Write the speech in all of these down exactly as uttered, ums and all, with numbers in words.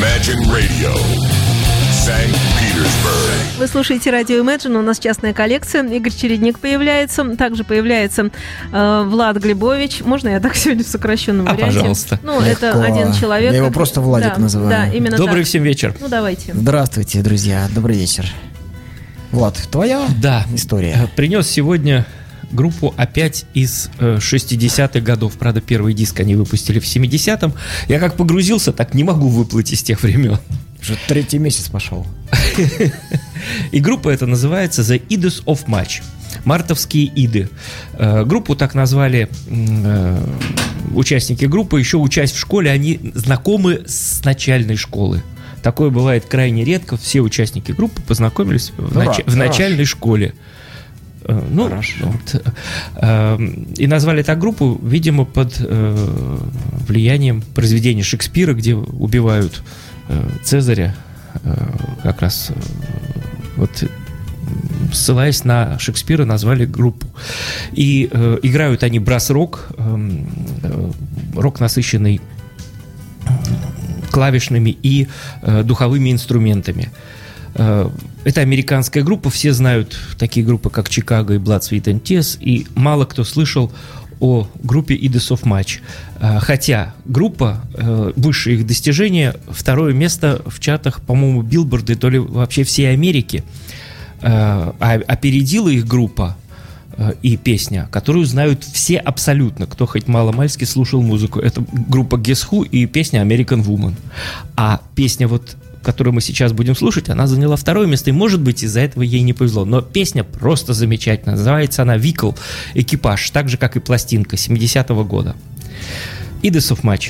Imagine Radio, Санкт-Петербург. Вы слушаете радио Imagine, у нас частная коллекция. Игорь Чередник появляется, также появляется э, Влад Глебович. Можно я так сегодня в сокращенном а, варианте? Пожалуйста. Ну, Легко. Это один человек. Я его просто Владик да, называю. Да, именно Добрый так. всем вечер. Ну, давайте. Здравствуйте, друзья, добрый вечер. Влад, твоя Да. история? Принес сегодня группу опять из э, шестидесятых годов. Правда, первый диск они выпустили в семидесятом. Я как погрузился, так не могу выплыть из тех времен. Уже третий месяц пошел. И группа эта называется The Ides of March. Мартовские иды. Э, группу так назвали э, участники группы. Еще учась в школе, они знакомы с начальной школы. Такое бывает крайне редко. Все участники группы познакомились в, Ну, нач... да, в начальной школе. Э, Ну, вот, э, и назвали так группу, видимо, под э, влиянием произведения Шекспира, где убивают э, Цезаря, э, как раз э, вот, ссылаясь на Шекспира, назвали группу. И э, играют они брас-рок, э, э, рок, насыщенный клавишными и э, духовыми инструментами. Э, это американская группа, все знают такие группы, как Chicago и Blood, Sweat and Tears, и мало кто слышал о группе Ides of March. Э, хотя группа, э, высшее их достижение, второе место в чартах, по-моему, Билборды, то ли вообще всей Америки. Э, а опередила их группа и песня, которую знают все абсолютно, кто хоть мало-мальски слушал музыку. Это группа Guess Who и песня American Woman. А песня, вот, которую мы сейчас будем слушать, она заняла второе место, и, может быть, из-за этого ей не повезло. Но песня просто замечательная. Называется она «Vehicle», «Экипаж», так же, как и пластинка семидесятого года. Ides of March.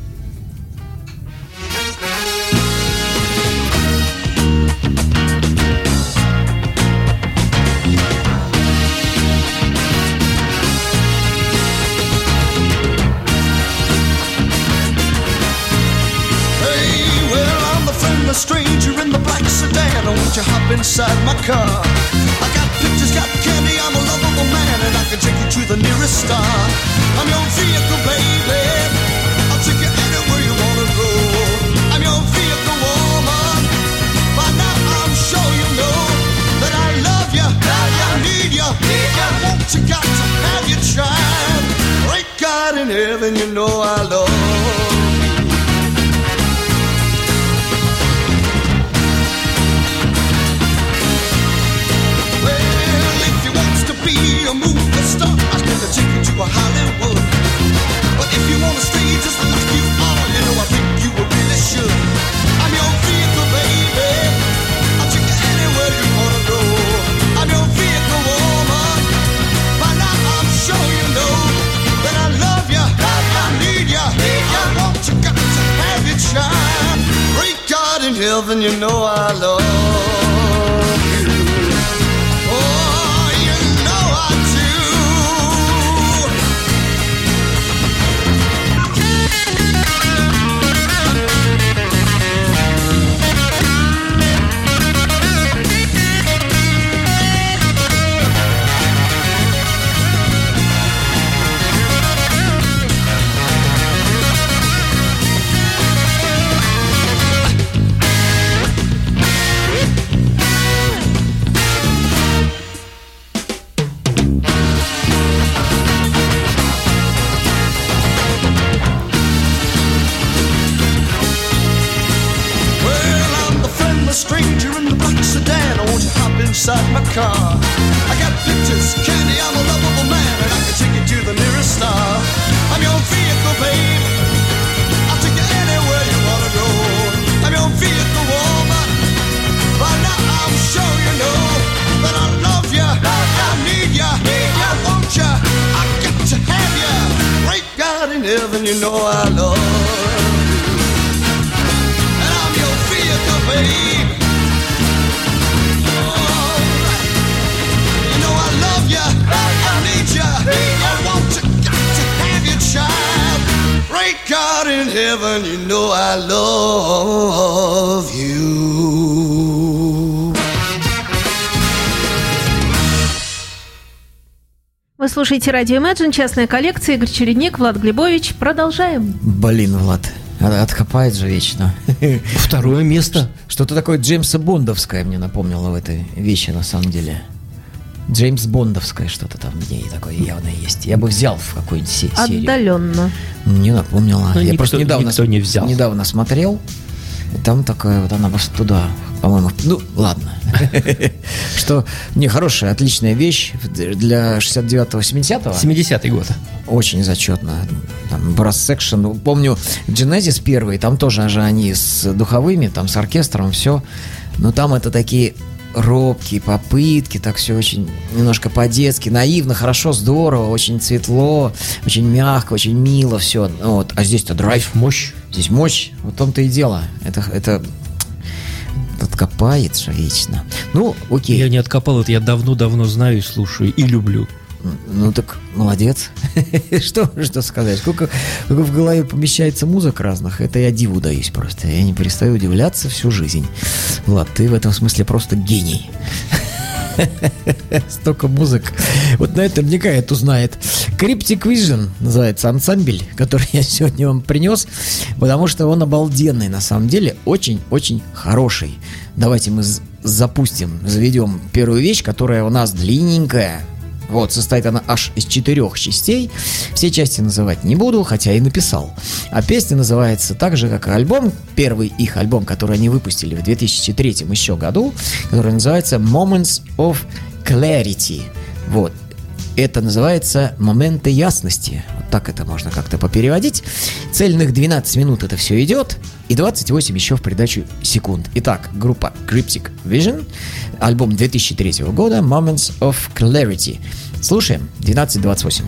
A stranger in the black sedan, won't you hop inside my car? I got pictures, got candy, I'm a lovable man, and I can take you to the nearest star. I'm your vehicle, baby, I'll take you anywhere you wanna go. I'm your vehicle, woman, by now I'm sure you know that I love you, I need you, I want you, got to have you child. Great God in heaven, you know I love you. Be a movie star, I can take you to a Hollywood. But if you wanna stay just like you are, you know I think you really should. I'm your vehicle, baby, I'll take you anywhere you wanna go. I'm your vehicle, woman, by now I'm sure you know that I love you, I need you, I want you, got to have you child. Great God in heaven, you know I love you. Inside my car, I got pictures, candy, I'm a lovable man, and I can take you to the nearest star. I'm your vehicle, babe, I'll take you anywhere you wanna go. I'm your vehicle, woman, by now I'm sure you know that I love you, I need you, I want you, I got to have you. Great God in heaven, you know I love you. And I'm your vehicle, babe. Great God in heaven, you know I love you. Вы слушаете радио Imagine, частная коллекция, Игорь Чередник, Влад Глебович. Продолжаем. Блин, Влад, Откопает же вечно. Второе место. Что-то такое Джеймса Бондовское мне напомнило в этой вещи, на самом деле. Джеймс Бондовское что-то там в ней такое явно есть. Я бы взял в какую-нибудь се- серию. Отдаленно. Не напомнила. Но Я никто- просто недавно, никто не взял. недавно смотрел. И там такая вот она просто туда, по-моему. Ну, ладно. Что, не, хорошая, отличная вещь для шестьдесят девятого семидесятого. семидесятый год. Очень зачетно. Там Brass Section. Помню, Genesis первый, там тоже же они с духовыми, там с оркестром, все. Но там это такие робкие попытки, так все очень немножко по-детски, наивно, хорошо, здорово, очень светло, очень мягко, очень мило все. Вот. А здесь-то драйв. Мощь. Здесь мощь. Вот в том-то и дело. Это, это откопает же вечно. Ну, окей. Я не откопал это, я давно-давно знаю и слушаю, и люблю. Ну так молодец. что, что сказать? Сколько, сколько в голове помещается музык разных, это я диву даюсь просто. Я не перестаю удивляться всю жизнь. Влад, ты в этом смысле просто гений. Столько музык. Вот на этом наверняка это узнает. Cryptic Vision называется ансамбль, который я сегодня вам принес, потому что он обалденный на самом деле, очень-очень хороший. Давайте мы запустим, заведем первую вещь, которая у нас длинненькая. Вот, состоит она аж из четырех частей. Все части называть не буду, хотя и написал. А песня называется так же, как и альбом. Первый их альбом, который они выпустили в две тысячи третьем еще году, который называется Moments of Clarity. Вот. Это называется «Моменты ясности». Вот так это можно как-то попереводить. Цельных двенадцать минут это все идет. И двадцать восемь еще в придачу секунд. Итак, группа Cryptic Vision. Альбом две тысячи третьего года Moments of Clarity. Слушаем. двенадцать двадцать восемь.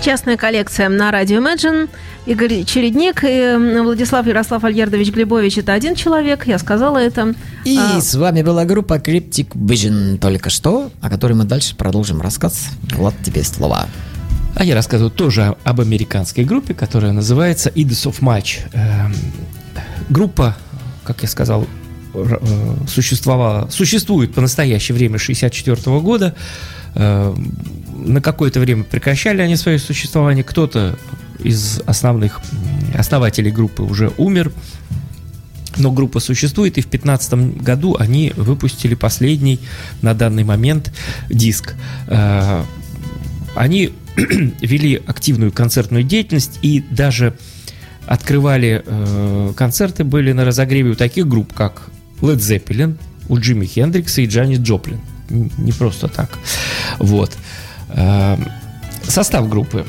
Частная коллекция на радио Imagine. Игорь Чередник и Владислав Ярослав Альердович Глебович – это один человек, я сказала это. И а... с вами была группа Cryptic Vision только что, о которой мы дальше продолжим рассказ. Влад, тебе слова. А я рассказываю тоже об американской группе, которая называется Ides of March. Группа, как я сказал, существовала, существует по настоящее время шестьдесят четвёртого года. На какое-то время прекращали они свое существование. Кто-то из основных основателей группы уже умер, но группа существует, и в две тысячи пятнадцатом году они выпустили последний на данный момент диск. Они вели активную концертную деятельность и даже открывали концерты, были на разогреве у таких групп, как Led Zeppelin, у Джимми Хендрикса и Джанис Джоплин. Не просто так. Вот. Состав группы.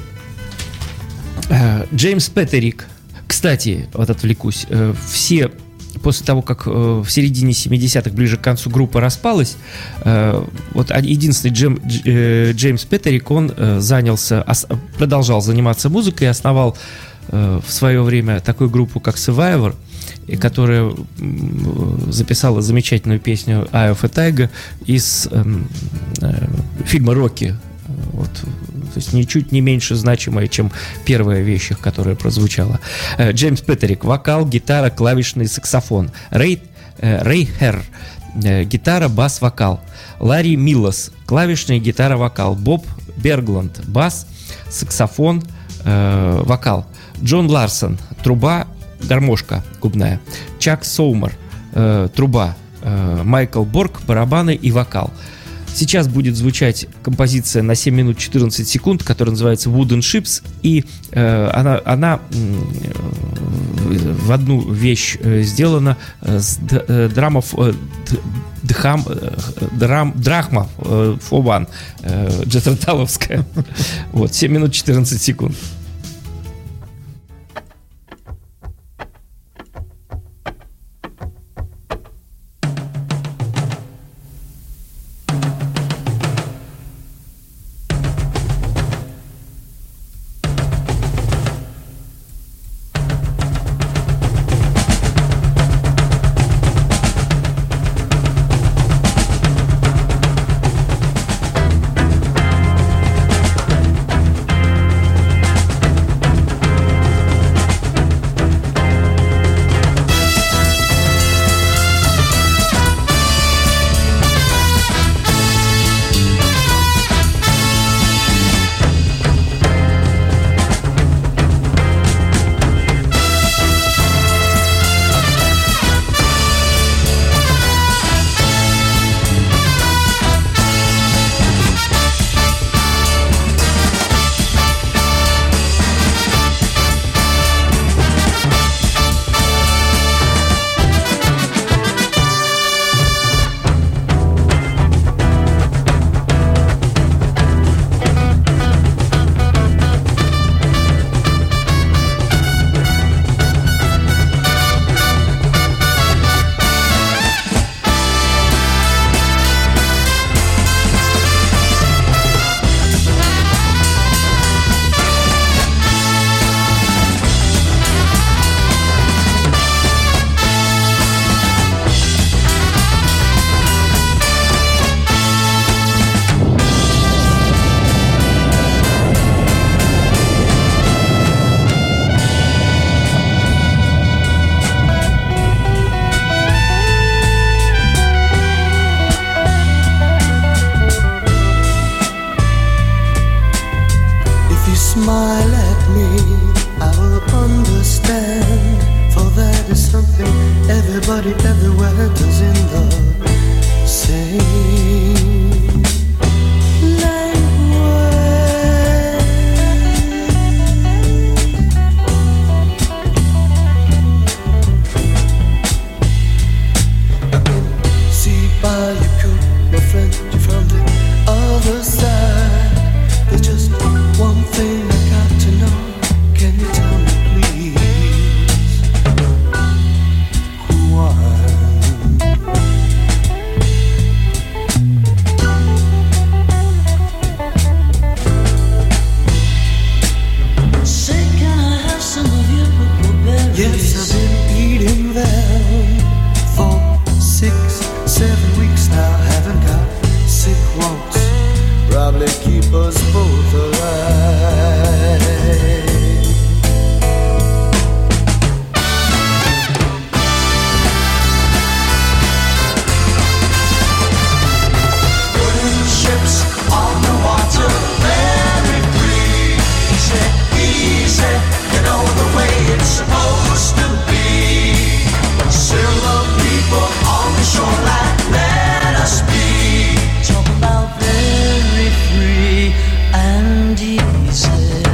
Джеймс Петерик. Кстати, вот отвлекусь. Все, после того, как в середине семидесятых, ближе к концу, группа распалась, вот единственный Джем, Джеймс Петерик, он занялся, продолжал заниматься музыкой и основал в свое время такую группу, как Survivor, которая записала замечательную песню Eye of a Tiger из э, э, фильма «Рокки». Вот, то есть ничуть не меньше значимая, чем первая вещь, которая прозвучала. Э, Джеймс Петерик — вокал, гитара, клавишный, саксофон. Рэй, э, Рэй Херр э, — гитара, бас, вокал. Ларри Миллос — клавишная, гитара, вокал. Боб Бергланд — бас, саксофон, э, вокал. Джон Ларсон — труба, гармошка губная. Чак Соумер э, — труба. э, Майкл Борг — барабаны и вокал. Сейчас будет звучать композиция на семь минут четырнадцать секунд, которая называется Wooden Ships, и э, она, она э, в одну вещь э, сделана э, с э, драмов э, дхам, э, драм, драхма э, фобан э, джетроталовская. Вот, семь минут четырнадцать секунд. Smile at me, I will understand. For that is something everybody everywhere does in the same language. I can see by your coat, my friend, you're from the other side. There's just one thing I got to know. Can you tell me please who are probably keep us both alive. Wooden ships on the water, very free. Easy, easy, you know the way it's supposed to be. Silver people on the shoreline, let us be. Talk about very free and easy.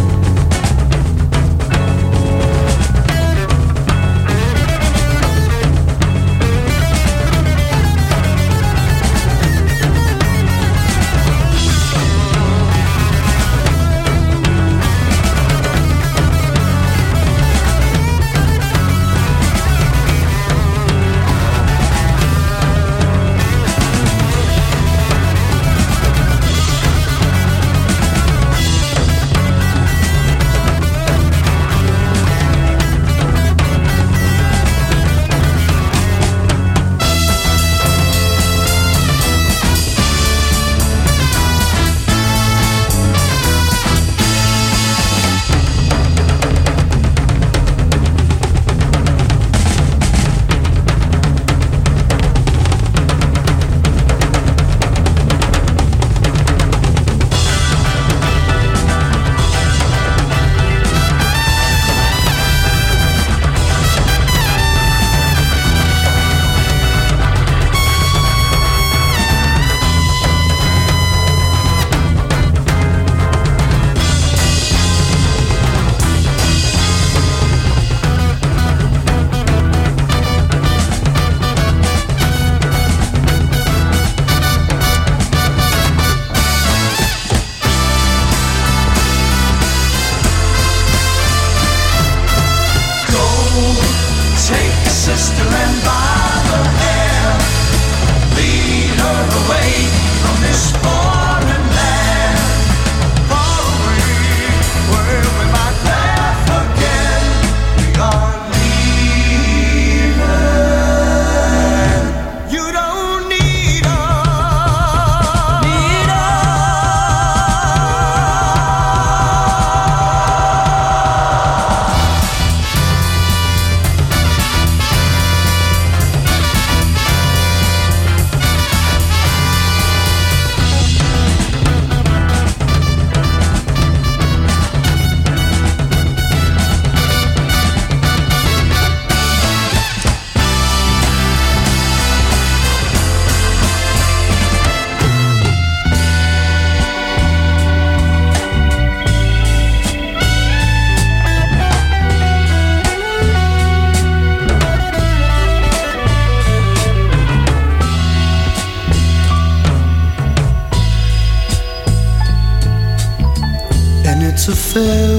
It's a fair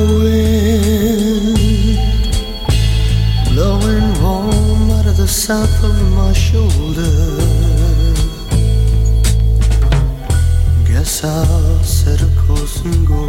wind blowing warm out of the south of my shoulder. Guess I'll set a course and go.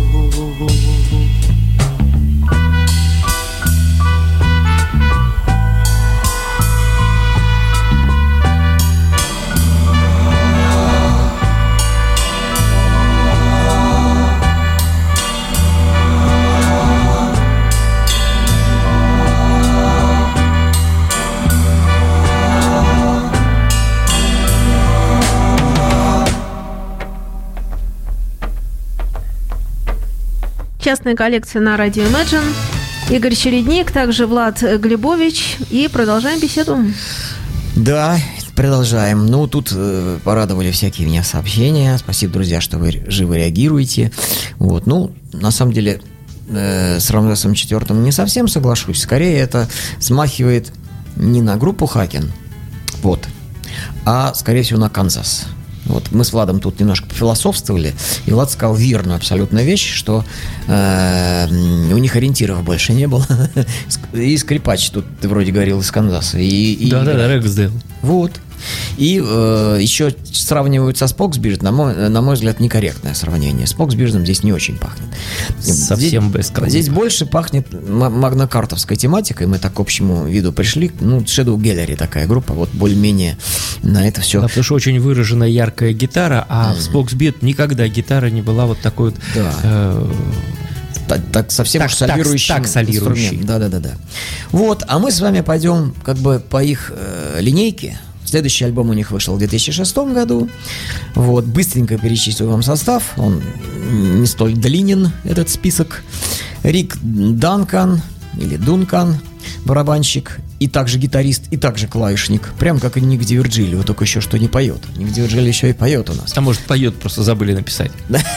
Частная коллекция на радио Imagine. Игорь Чередник, также Влад Глебович. И продолжаем беседу. Да, продолжаем. Ну, тут э, порадовали всякие меня сообщения. Спасибо, друзья, что вы живо реагируете. Вот, ну, на самом деле, э, с Рамзесом четвёртым не совсем соглашусь. Скорее, это смахивает не на группу Хакен, вот, а, скорее всего, на Канзас. Вот, мы с Владом тут немножко пофилософствовали, и Влад сказал верную абсолютно вещь, что э, у них ориентиров больше не было. И скрипач тут, ты вроде говорил, из Канзаса. И, и... Да-да-да, Рексдейл. Вот. И э, еще сравнивают со Споксбирд, на мой, на мой взгляд, некорректное сравнение. Споксбирдом здесь не очень пахнет. Совсем без здесь, здесь больше пахнет магнокартовской тематикой. Мы так к общему виду пришли. Ну, Shadow Gallery такая группа, вот более-менее на это все. Да, потому что очень выраженная яркая гитара, а mm. в Споксбирд никогда гитара не была вот такой вот... Да. Э- Так, так совсем так, уж солирующим так, так солирующий. Да, да, да, да. Вот, а мы с вами пойдем как бы по их э, линейке. Следующий альбом у них вышел в две тысячи шестом году. Вот, быстренько перечислю вам состав. Он не столь длинен, этот список. Рик Данкан, или Дункан, барабанщик, и также гитарист, и также клавишник. Прям как и Ник Диверджилио, только еще что не поет. Ник Диверджилио еще и поет у нас. А может поет, просто забыли написать.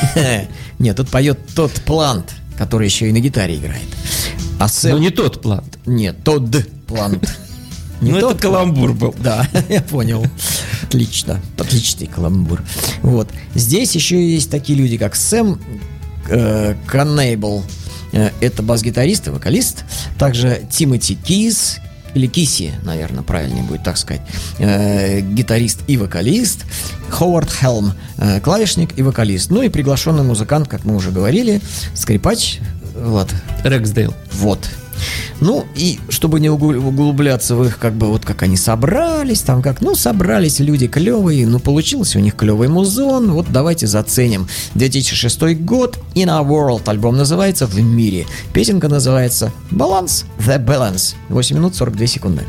Нет, тут поет тот Плант, который еще и на гитаре играет. А Сэм... Но не тот Плант. Нет, тот Плант. Ну, это каламбур был. Да, я понял. Отлично. Отличный каламбур. Вот. Здесь еще есть такие люди, как Сэм э, Каннейбл. Э, это бас-гитарист и вокалист. Также Тимоти Кис, или Киси, наверное, правильнее будет так сказать. Э, гитарист и вокалист. Ховард Хелм, э, клавишник и вокалист. Ну и приглашенный музыкант, как мы уже говорили, скрипач Влад. Рексдейл. Вот. Ну, и чтобы не углубляться в их, как бы, вот как они собрались, там как, ну, собрались люди клевые, ну, получился у них клевый музон, вот давайте заценим. две тысячи шестой год, In Our World, альбом называется «В мире». Песенка называется «Balance, The Balance». восемь минут сорок две секунды.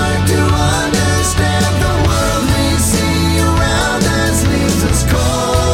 Understand the world we see around us leaves us cold.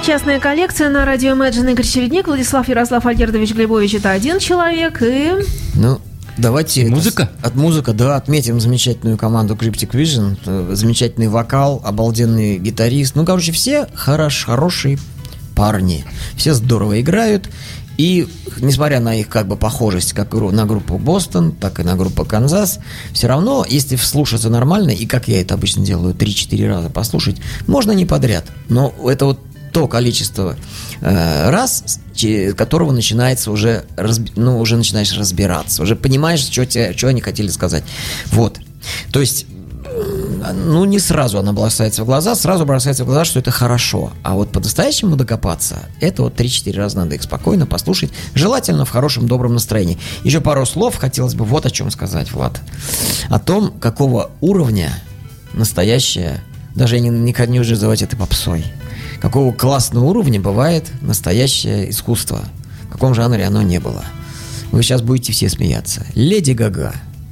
Частная коллекция на радио Imagine. Игорь Чередник, Владислав Ярослав Альгердович Глебович. Это один человек. И... Ну, давайте... Музыка? Это, от музыка, да, отметим замечательную команду Cryptic Vision. Замечательный вокал, обалденный гитарист. Ну, короче, все хорош, хорошие парни. Все здорово играют. И, несмотря на их как бы похожесть как на группу Бостон, так и на группу Канзас, все равно, если вслушаться нормально, и как я это обычно делаю, три-четыре раза послушать, можно не подряд. Но это вот то количество э, раз, с которого начинается уже, разби- ну, уже начинаешь разбираться, уже понимаешь, что, тебе, что они хотели сказать. Вот. То есть, ну, не сразу она бросается в глаза, сразу бросается в глаза, что это хорошо. А вот по-настоящему докопаться, это вот три-четыре раза надо их спокойно послушать, желательно в хорошем, добром настроении. Еще пару слов хотелось бы вот о чем сказать, Влад. О том, какого уровня настоящая, даже я не, никогда не уже называть это попсой, какого классного уровня бывает настоящее искусство, в каком жанре оно не было. Вы сейчас будете все смеяться. Леди Гага.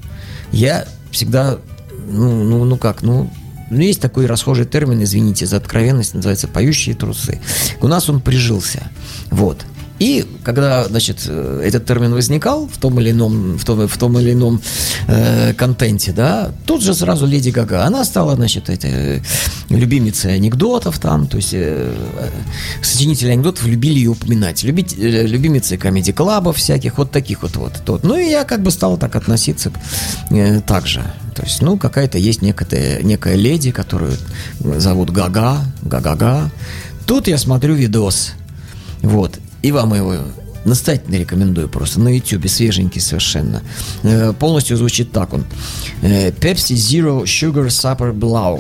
Я всегда... Ну, ну, ну как, ну, ну, есть такой расхожий термин, извините за откровенность, называется «поющие трусы». У нас он прижился, вот. И когда, значит, этот термин возникал в том или ином, в том, в том или ином э, контенте, да, тут же сразу Леди Гага, она стала, значит, это, любимицей анекдотов там, то есть э, сочинители анекдотов любили ее упоминать, любить, э, любимицей комеди-клабов всяких, вот таких вот, вот, вот. Ну и я как бы стал так относиться э, так же. То есть, ну, какая-то есть некая, некая леди, которую зовут Гага, Га-га-га. Тут я смотрю видос, вот. И вам его настоятельно рекомендую просто. На ютубе, свеженький совершенно. Э, полностью звучит так он. Pepsi Zero Sugar Super Blau.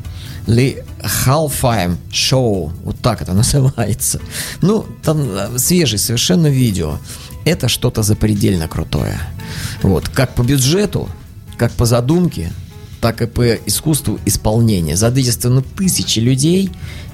Ли Halfime Show. Вот так это называется. Ну, там свежий совершенно видео. Это что-то запредельно крутое. Вот. Как по бюджету, как по задумке, так и по искусству исполнения. Задействовано тысячи людей,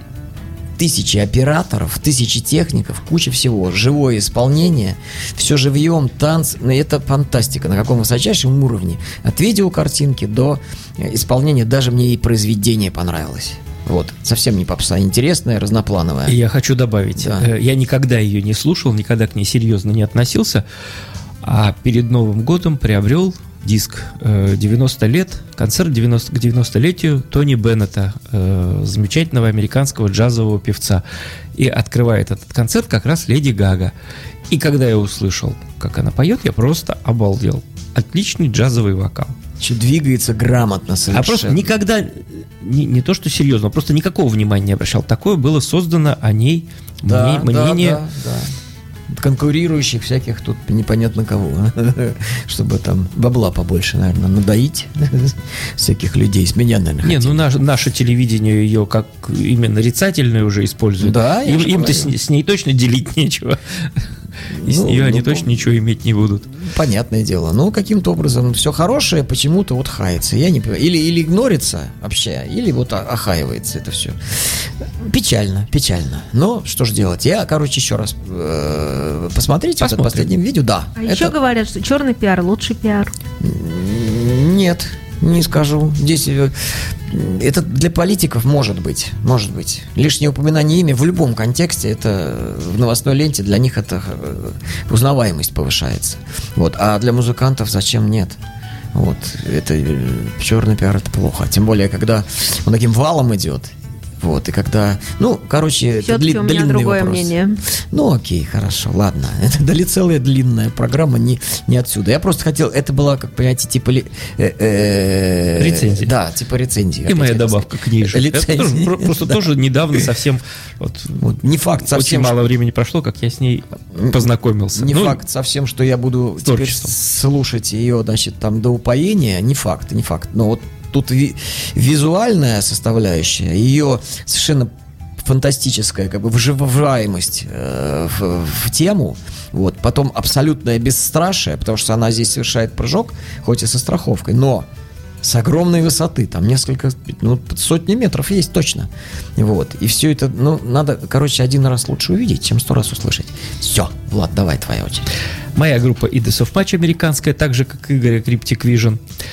тысячи операторов, тысячи техников, куча всего, живое исполнение, все живьем, танц, ну, это фантастика, на каком высочайшем уровне, от видеокартинки до исполнения, даже мне и произведение понравилось. Вот, совсем не попса, интересная, разноплановая. И я хочу добавить, да. Я никогда ее не слушал, никогда к ней серьезно не относился, а перед Новым годом приобрел диск девяносто лет, концерт девяносто, к девяностолетию Тони Беннета, э, замечательного американского джазового певца. И открывает этот концерт как раз Леди Гага. И когда я услышал, как она поет, я просто обалдел. Отличный джазовый вокал. Что двигается грамотно совершенно. А просто никогда, не, не то что серьезно, просто никакого внимания не обращал. Такое было создано о ней да, мне, да, мнение... Да, да. Конкурирующих всяких тут непонятно кого, чтобы там бабла побольше, наверное, надоить всяких людей. С меня, наверное, Не, хотели. ну наше, наше телевидение ее как именно нарицательную уже использует. Да, Им, им-то с, говорю. с ней точно делить нечего. И с Ну, нее они ну, точно ничего иметь не будут. Понятное дело. Ну, каким-то образом все хорошее почему-то вот хается. Я не понимаю. Или, или игнорится вообще, или вот охаивается это все. Печально, печально. Но что же делать? Я, короче, еще раз э, посмотрите вот это последнее видео. Да. А это... еще говорят, что черный пиар лучший пиар. Нет, не скажу. Здесь э, это для политиков может быть, может быть. Лишнее упоминание имя в любом контексте, это в новостной ленте для них это э, узнаваемость повышается. Вот. А для музыкантов зачем нет? Вот. Это э, черный пиар, это плохо. Тем более, когда он таким валом идет. Вот, и когда, ну, короче, это дли, у меня длинный другое вопрос. мнение. Ну, окей, хорошо, ладно. Это дали целая длинная программа, не, не отсюда. Я просто хотел, это была, как понимаете, типа... Ли, э, э, рецензия. Да, типа рецензия. И моя добавка к ней же. Это тоже, просто да. тоже недавно совсем... Вот, вот, не факт совсем... Очень мало времени прошло, как я с ней познакомился. Не ну, факт совсем, что я буду теперь слушать ее, значит, там до упоения. Не факт, не факт. Но вот тут ви- визуальная составляющая, ее совершенно фантастическая как бы вживаемость э, в, в тему, вот, потом абсолютное бесстрашие, потому что она здесь совершает прыжок, хоть и со страховкой, но с огромной высоты, там несколько, ну, сотни метров есть точно, вот, и все это, ну, надо, короче, один раз лучше увидеть, чем сто раз услышать. Все, Влад, давай, твоя очередь. Моя группа Ides of March американская, так же, как Игоря Cryptic Vision.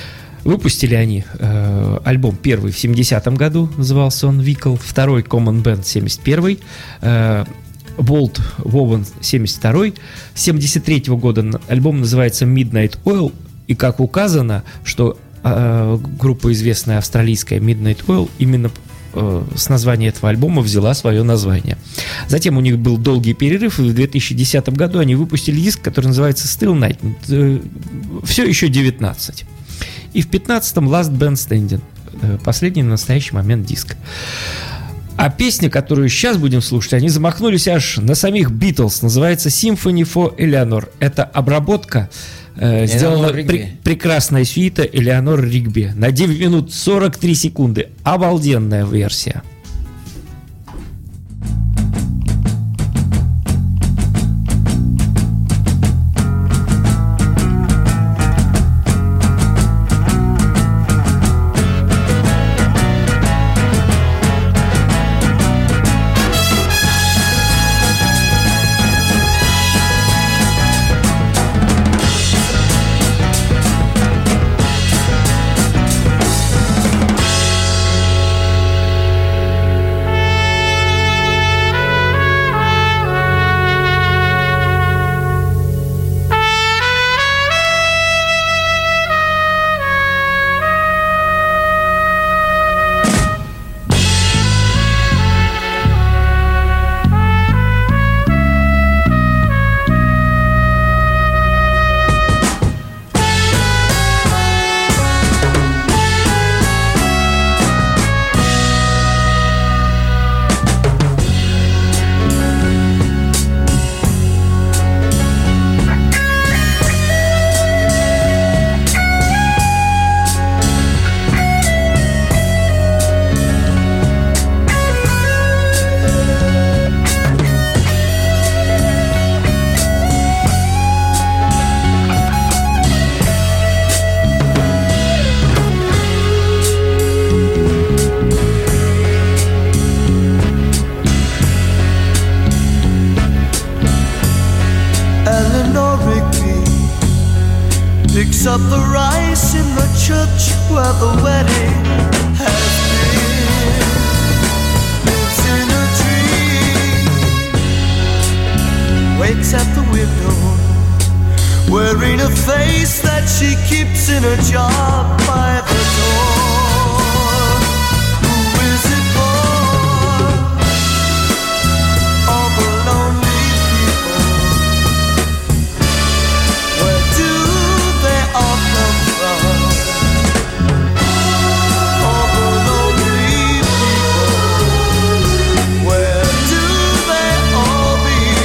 Выпустили они э, альбом первый в семидесятом году, назывался он «Викл», второй «Common Band» семьдесят первый, э, «Bolt Woven» семьдесят второй, семьдесят третьего года альбом называется «Midnight Oil», и как указано, что э, группа известная австралийская Midnight Oil именно э, с названия этого альбома взяла свое название. Затем у них был долгий перерыв, и в две тысячи десятом году они выпустили диск, который называется «Still Night», э, все еще девятнадцать. И в пятнадцатом «Last Band Standing», э, последний на настоящий момент диск. А песня, которую сейчас будем слушать, они замахнулись аж на самих Битлз, называется «Symphony for Eleanor». Это обработка э, сделана пр- прекрасная сюита Элеонор Ригби на девять минут сорок три секунды. Обалденная версия. Picks up the rice in the church where the wedding has been. Lives in a dream. Wakes at the window, wearing a face that she keeps in a jar by the door. Who is it for? All the lonely people. Where do they all come from? All the lonely people. Where do they all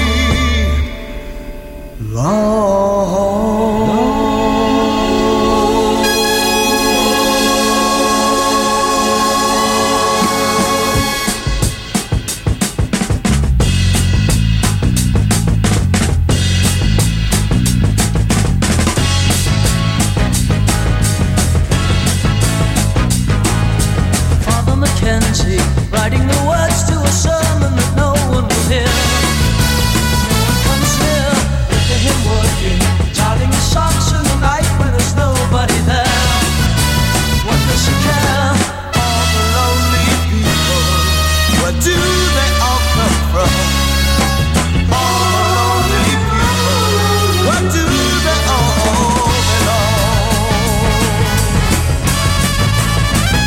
belong? Father Mackenzie, writing the words to a sermon that no one will hear. No one comes near, look at him working, tiling his socks in the night when there's nobody there. What does he care? All the lonely people. Where do they all come from? All the lonely people. Where do they all belong?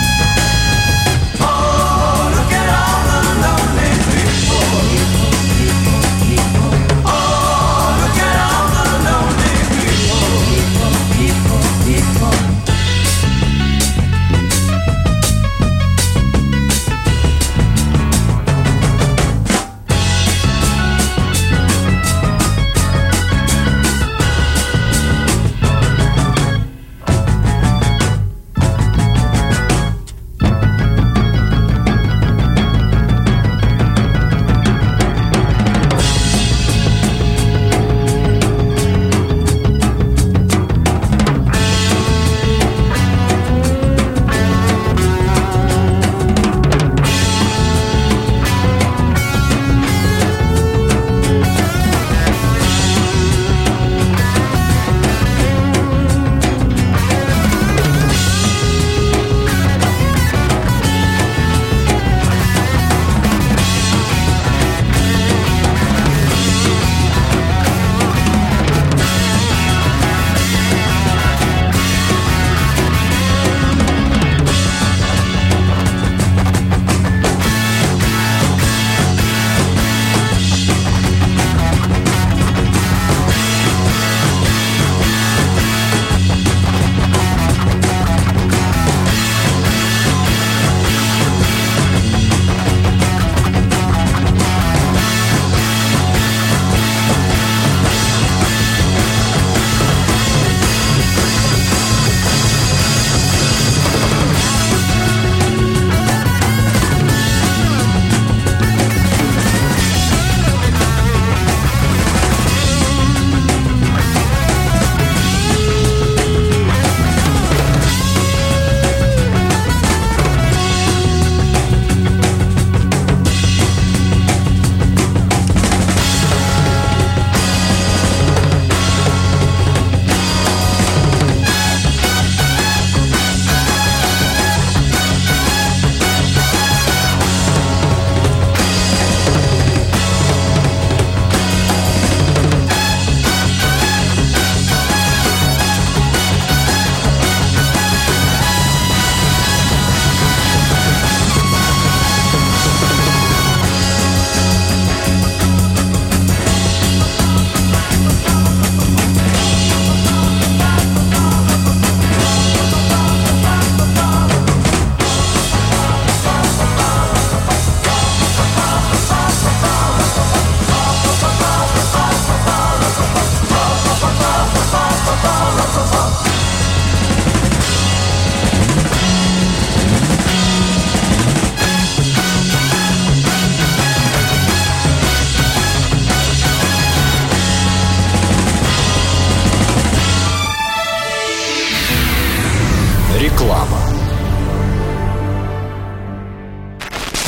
Oh, look at all the lonely people.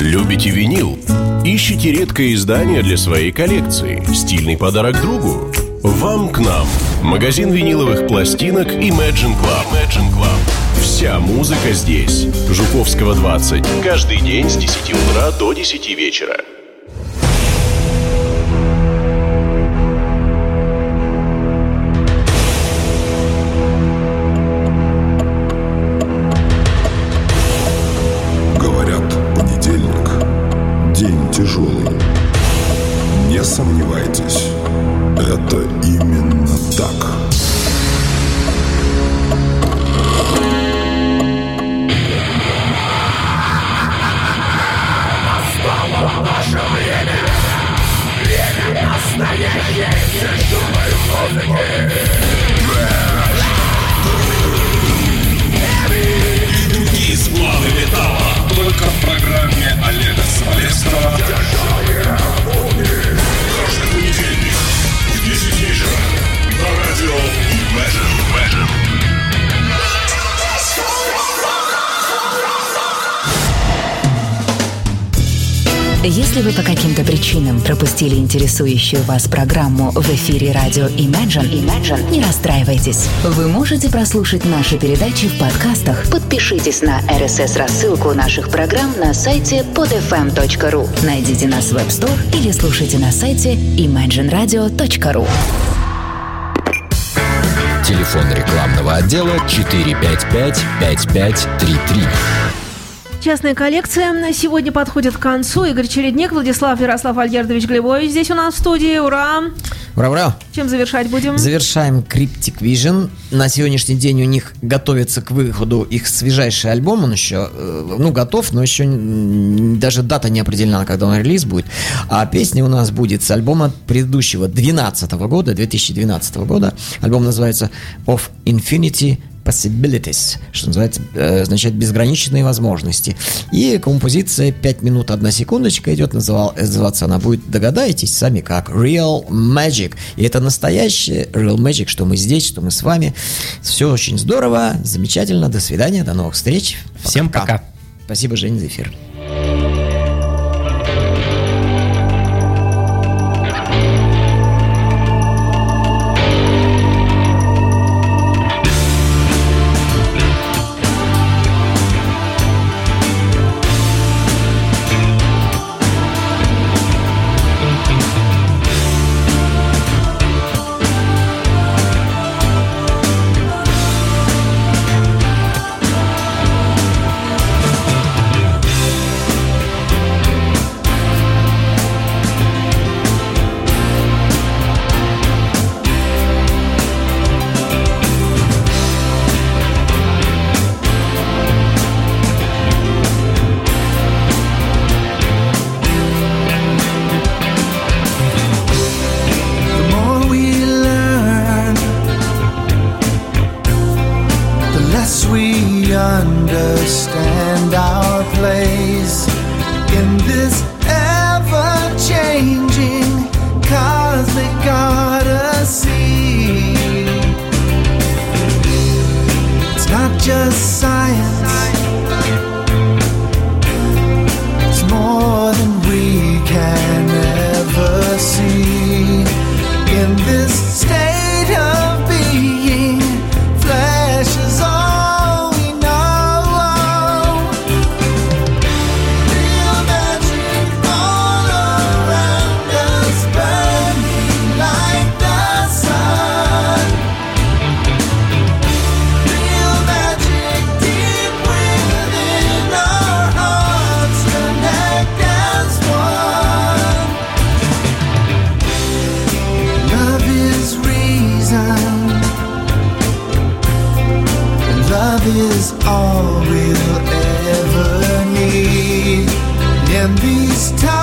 Любите винил? Ищите редкое издание для своей коллекции? Стильный подарок другу? Вам к нам. Магазин виниловых пластинок Imagine Club. Imagine Club. Вся музыка здесь. Жуковского, двадцать. Каждый день с десяти утра до десяти вечера. Говорят, понедельник – день тяжелый. Не сомневайтесь, это именно так. Настало наше время. Время настоящее. Тяжелой музыки. И другие сплавы металла. Только в программе Олега Смолецкого. Каждый понедельник в десять вечера на радио Imagine. Imagine. Если вы по каким-то причинам пропустили интересующую вас программу в эфире радио Imagine, Imagine, не расстраивайтесь. Вы можете прослушать наши передачи в подкастах. Подпишитесь на эр эс эс-рассылку наших программ на сайте под эф эм точка ру. Найдите нас в App Store или слушайте на сайте имэджин радио точка ру. Телефон рекламного отдела четыре пять пять пять пять три три. Частная коллекция сегодня подходит к концу. Игорь Чередник, Владислав Ярослав Альгердович Глебович здесь у нас в студии. Ура! Ура, ура! Чем завершать будем? Завершаем Cryptic Vision. На сегодняшний день у них готовится к выходу их свежайший альбом. Он еще, ну, готов, но еще даже дата не определена, когда он релиз будет. А песня у нас будет с альбома предыдущего двенадцатого года, две тысячи двенадцатого года. Альбом называется Of Infinity Possibilities, что называется, э, означает безграничные возможности. И композиция пять минут одна секундочка идет, называл, называться она будет, догадаетесь сами как, Real Magic. И это настоящее Real Magic, что мы здесь, что мы с вами. Все очень здорово, замечательно. До свидания, до новых встреч. Всем пока. пока. Спасибо, Женя, за эфир. Understand our place in this ever-changing cosmic odyssey. It's not just science, it's more than we can ever see. In this state of being, flesh is all is all we'll ever need in these times.